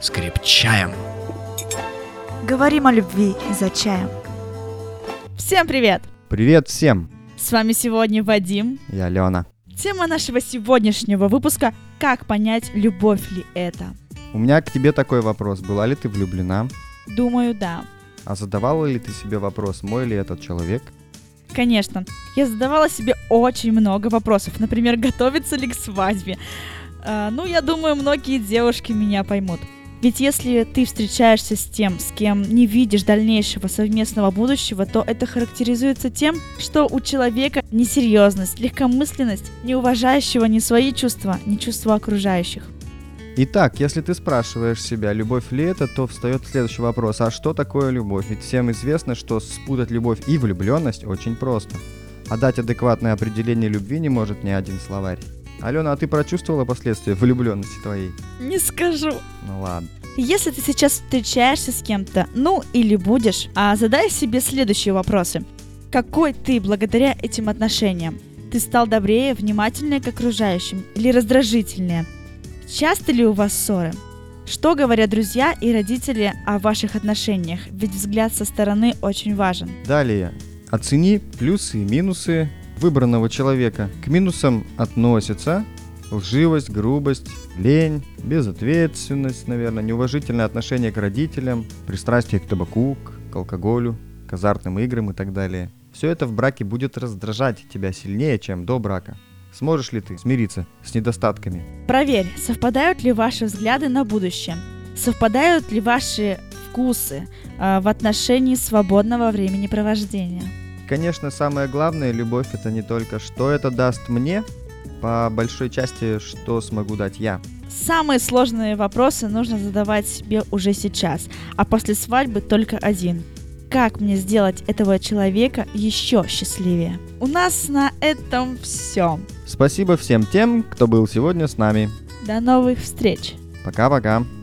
с крепчаем. Говорим о любви за чаем. Всем привет! Привет всем! С вами сегодня Вадим И Алена. Тема нашего сегодняшнего выпуска – как понять, любовь ли это? У меня к тебе такой вопрос. Была ли ты влюблена? Думаю, да. А задавала ли ты себе вопрос, мой ли этот человек? Конечно. Я задавала себе очень много вопросов. Например, готовиться ли к свадьбе? Я думаю, многие девушки меня поймут. Ведь если ты встречаешься с тем, с кем не видишь дальнейшего совместного будущего, то это характеризуется тем, что у человека несерьезность, легкомысленность, не уважающего ни свои чувства, ни чувства окружающих. Итак, если ты спрашиваешь себя, любовь ли это, то встает следующий вопрос. А что такое любовь? Ведь всем известно, что спутать любовь и влюбленность очень просто. А дать адекватное определение любви не может ни один словарь. Алена, а ты прочувствовала последствия влюбленности твоей? Не скажу. Ну ладно. Если ты сейчас встречаешься с кем-то, или будешь, задай себе следующие вопросы. Какой ты благодаря этим отношениям? Ты стал добрее, внимательнее к окружающим или раздражительнее? Часто ли у вас ссоры? Что говорят друзья и родители о ваших отношениях? Ведь взгляд со стороны очень важен. Далее. Оцени плюсы и минусы выбранного человека. К минусам относятся лживость, грубость, лень, безответственность, наверное, неуважительное отношение к родителям, пристрастие к табаку, к алкоголю, к азартным играм и так далее. Все это в браке будет раздражать тебя сильнее, чем до брака. Сможешь ли ты смириться с недостатками? Проверь, совпадают ли ваши взгляды на будущее, совпадают ли ваши вкусы в отношении свободного времяпровождения. Конечно, самое главное, любовь — это не только что это даст мне, по большой части, что смогу дать я. Самые сложные вопросы нужно задавать себе уже сейчас, а после свадьбы только один. Как мне сделать этого человека еще счастливее? У нас на этом все. Спасибо всем тем, кто был сегодня с нами. До новых встреч! Пока-пока.